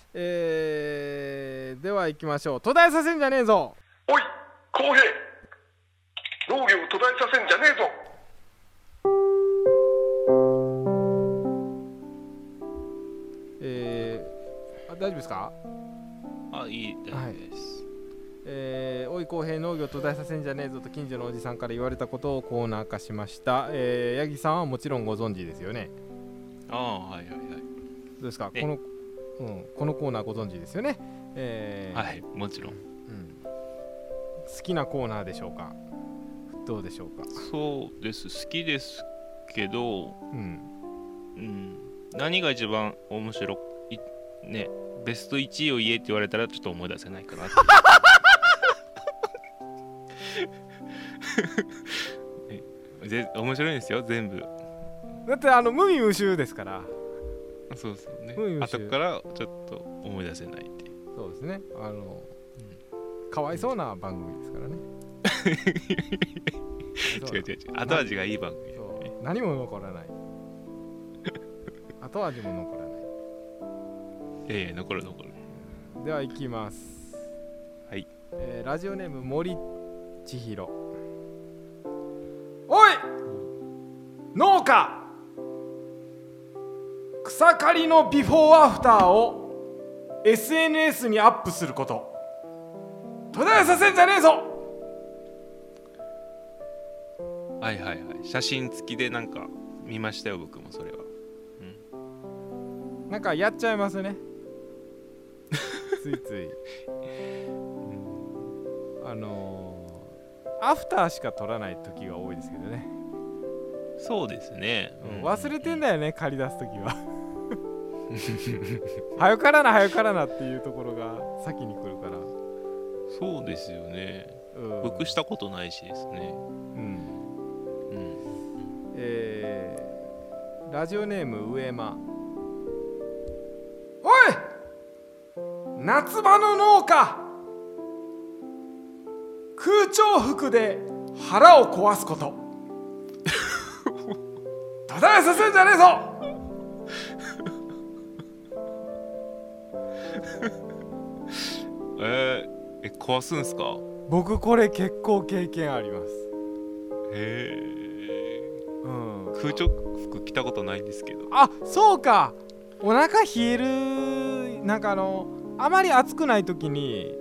では行きましょう。途絶えさせんじゃねえぞ。 おい公平、農業を途絶えさせんじゃねえぞ。 大丈夫ですか？ いいです、 おい公平、農業途絶えさせんじゃねえぞと近所のおじさんから言われたことをコーナー化しました。八木さんはもちろんご存知ですよね。 はいはいはい。 どうですか、このコーナーご存知ですよね。 はい、もちろん、 好きなコーナーでしょうか？どうでしょうか？ そうです、好きですけど、何が一番面白いね、ベスト1位を言えって言われたらちょっと思い出せないかなって面白いんですよ全部。 だって無味無臭ですから。 そうそうね、 無味無臭。 後からちょっと思い出せないっていう。 そうですね、かわいそうな番組ですからね。 違う後味がいい番組、 何も残らない後味も残らない。 残る。 では行きます。 はい。 ラジオネーム森千尋。おい農家、草刈りのビフォーアフターを SNS にアップすること途絶えさせんじゃねえぞ。 はい、写真付きでなんか見ましたよ僕もそれは。 なんかやっちゃいますねついついアフターしか撮らない時が多いですけどね。 そうですね、 忘れてんだよね、借り出す時ははよからなっていうところが先に来るから。 そうですよね、僕したことないしですね。 ラジオネーム上間。おい夏場の農家、空調服で腹を壊すこと途絶えさせんじゃねえぞ。 壊すんすか？ 僕これ結構経験あります。 空調服着たことないんですけど。 あ、そうか。お腹冷える、なんかあまり暑くない時に、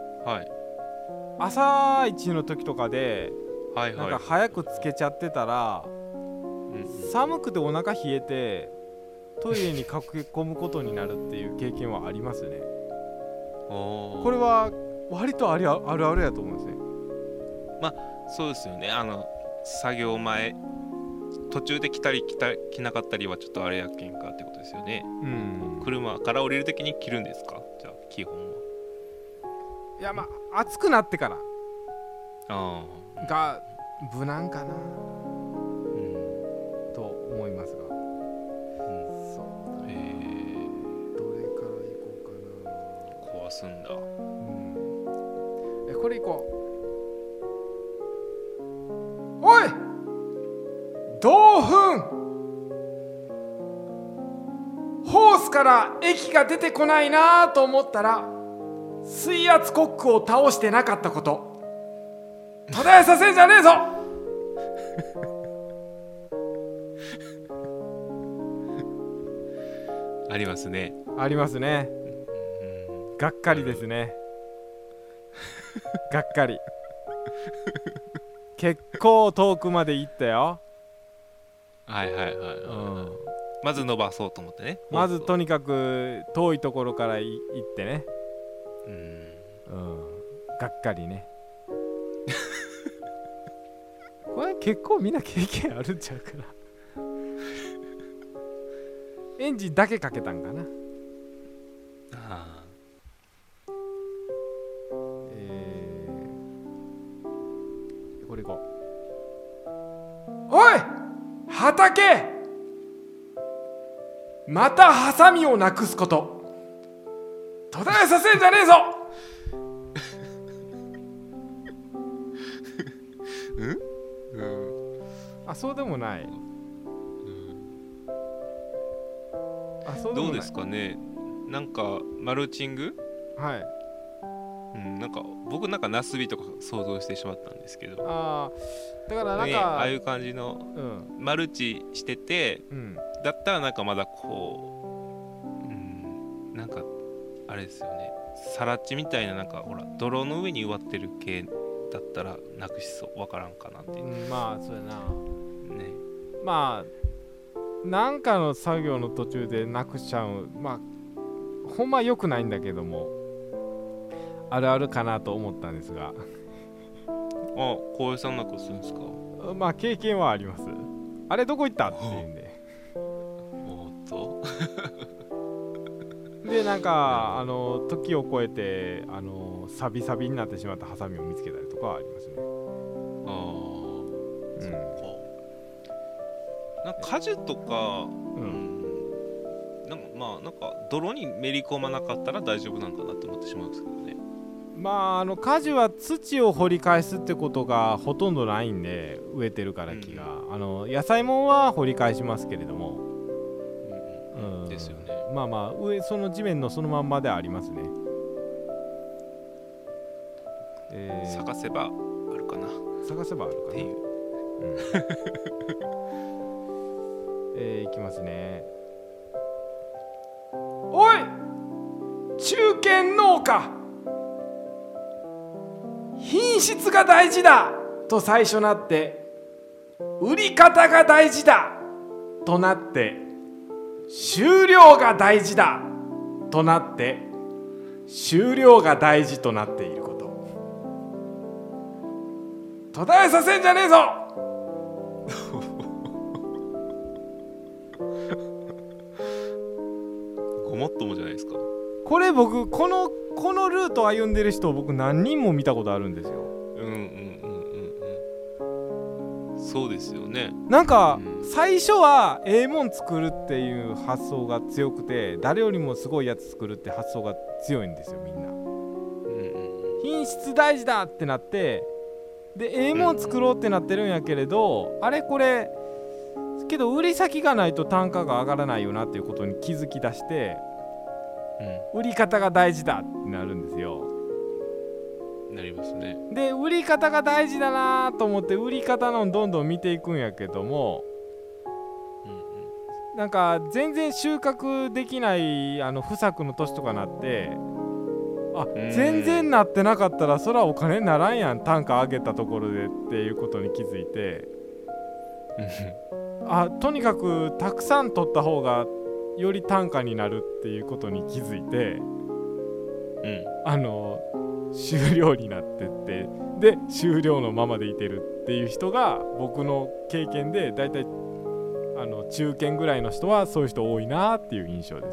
朝一の時とかで、なんか早くつけちゃってたら、寒くてお腹冷えてトイレに駆け込むことになるっていう経験はありますね。これは割とあるあるやと思うんですね。 まあそうですよね。作業前途中で来なかったりはちょっとあれやけんかってことですよね。車から降りるときに着るんですか？じゃあ基本は。 いや、暑くなってからが無難かなと思いますが。そうだね。どれからいこうかな。 壊すんだ。 これいこう。おい同粉、ホースから液が出てこないなと思ったら水圧コックを倒してなかったこと途絶えさせんじゃねえぞ。 ありますね。 ありますね。がっかりですね。がっかり。結構遠くまで行ったよ。 まず伸ばそうと思ってね。 まずとにかく遠いところから行ってね。がっかりね。これ結構みんな経験あるんちゃうかな。エンジンだけかけたんかな。これいこう。おい畑、またハサミをなくすこと途絶えさせんじゃねえぞ。あ、そうでもない。 どうですかね。 なんかマルチング、 はい、 なんか僕なんかナスビとか想像してしまったんですけど、 だからなんか、 ね、ああいう感じの、マルチしてて、だったらなんかまだこう、なんかあれですよね、サラッチみたいななんかほら泥の上に植わってる系だったらなくしそう、わからんかなって、 まあそうやなね、 まあなんかの作業の途中でなくしちゃう、まあほんま良くないんだけどもあるあるかなと思ったんですが浩平さんなんかするんですか？ まあ経験はあります。あれどこ行ったって言うんでおっとでなんか時を超えてサビサビになってしまったハサミを見つけたりとかはありますね。 そっか。なんか果樹とか、なんか泥にめり込まなかったら大丈夫なんかなって思ってしまうんですけどね。 まあ果樹は土を掘り返すってことがほとんどないんで、植えてるから木が、野菜もんは掘り返しますけれども、 ですよね。 まあまあその地面のそのまんまではありますね。 探せばあるかな。 探せばあるかなっていう。いきますね。おい中堅農家、品質が大事だと最初なって、売り方が大事だとなって、収量が大事だとなって、収量が大事となっていること。途絶えさせんじゃねえぞごもっともじゃないですか。 これ僕このルートを歩んでる人を僕何人も見たことあるんですよ。 そうですよね。 なんか、最初はええもん作るっていう発想が強くて、誰よりもすごいやつ作るって発想が強いんですよみんな。品質大事だってなって、でええもん作ろうってなってるんやけれど、あれこれけど売り先がないと単価が上がらないよなっていうことに気づき出して、売り方が大事だってなるんですよ。 なりますね。で売り方が大事だなと思って売り方のどんどん見ていくんやけども、なんか全然収穫できない不作の年とかなって、全然なってなかったらそらお金にならんやん、単価上げたところでっていうことに気づいてとにかくたくさん取った方がより単価になるっていうことに気づいて、終了になってって、で終了のままでいてるっていう人が僕の経験でだいたい中堅ぐらいの人はそういう人多いなっていう印象です。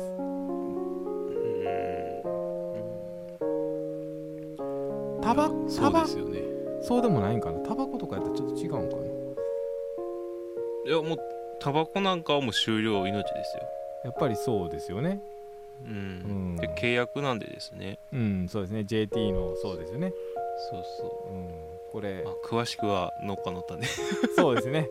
そうですよね。 そうでもないんかな。タバコとかやったらちょっと違うんかな。 いやもうタバコなんかはもう終了命ですよ。 やっぱりそうですよね。 で契約なんでですね。 そうですね。 JT のそうですよね。 そうそう、 これ、 詳しくは農家の種そうですね。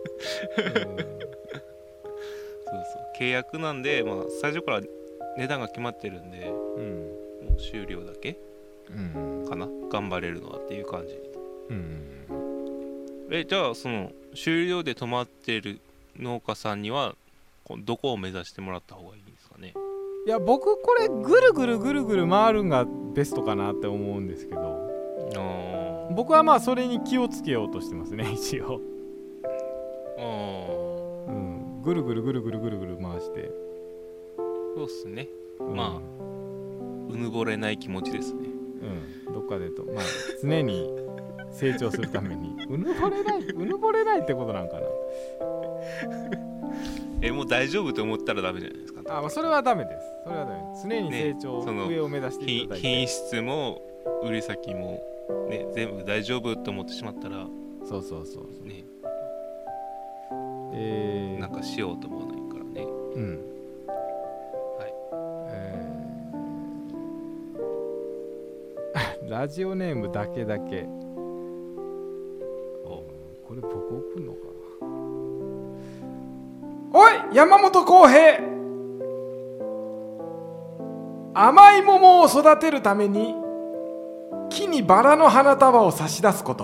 契約なんで、最初から値段が決まってるんで、もう終了だけかな、頑張れるのはっていう感じ。じゃあその終了で止まってる農家さんにはどこを目指してもらった方がいいんですかね。 いや僕これぐるぐるぐるぐる回るんがベストかなって思うんですけど、僕はそれに気をつけようとしてますね一応。ぐるぐるぐるぐるぐるぐる回して。 そうっすね。うぬぼれない気持ちですね。 どっかで常に成長するためにうぬぼれないってことなんかな。 もう大丈夫と思ったらダメじゃないですか。 それはダメです。それはダメ。常に成長、上を目指していただいて、 品質も売り先もね全部大丈夫と思ってしまったら、 そうね、なんかしようと思わないからね。 ラジオネームだけだけ。これ僕送んのかな。おい山本浩平、 甘い桃を育てるために木にバラの花束を差し出すこと。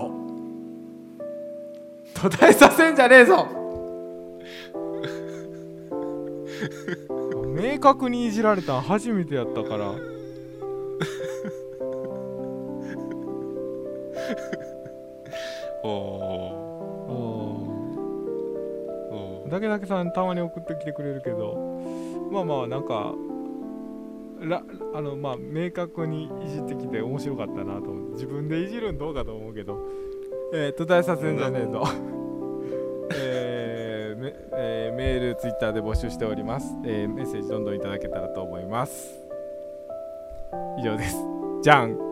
途絶えさせんじゃねえぞ。明確にいじられたん初めてやったから。だけだけさんたまに送ってきてくれるけど、まあまあなんかまあ明確にいじってきて面白かったなと思って、自分でいじるんどうかと思うけど、途絶えさせんじゃねえぞ。メールツイッターで募集しております。メッセージどんどんいただけたらと思います。以上です。じゃん。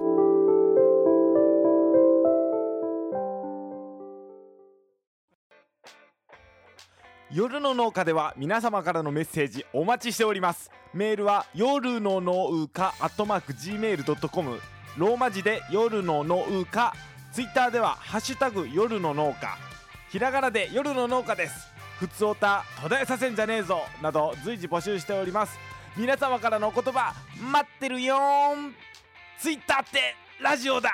夜の農家では皆様からのメッセージお待ちしております。メールは夜の農家@gmail.com、 ローマ字で夜の農家。ツイッターではハッシュタグ夜の農家、ひらがなで夜の農家です。ふつおた、途絶えさせんじゃねえぞなど随時募集しております。皆様からのお言葉待ってるよーん。ツイッターってラジオだ。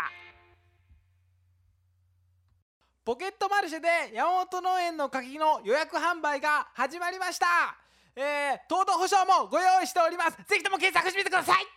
ポケットマルシェで山本農園の柿の予約販売が始まりました。糖度保証もご用意しております。ぜひとも検索してみてください。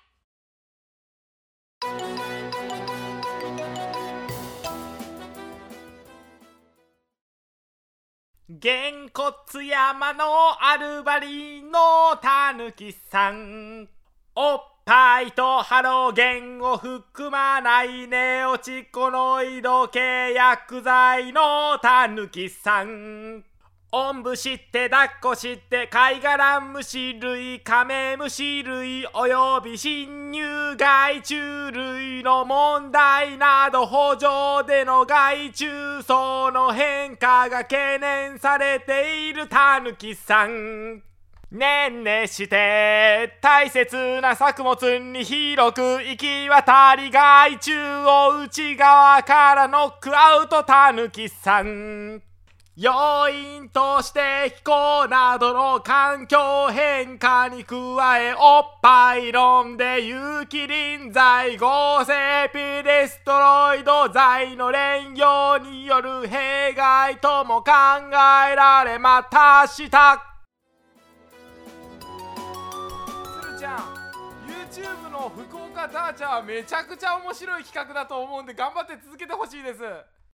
げんこつ山のアルバリのたぬきさん、おっぱいとハロゲンを含まないネオチコノイド系薬剤のたぬきさん、おんぶして抱っこして貝殻虫類カメムシ類および侵入害虫類の問題など、圃場での害虫層の変化が懸念されているたぬきさん、ねんねして大切な作物に広く行き渡り害虫を内側からノックアウトたぬきさん、要因として気候などの環境変化に加え、おっぱい飲んで有機リン剤合成ピレストロイド剤の連用による弊害とも考えられました。じゃあ YouTube の福岡ダーチャーはめちゃくちゃ面白い企画だと思うんで頑張って続けてほしいです。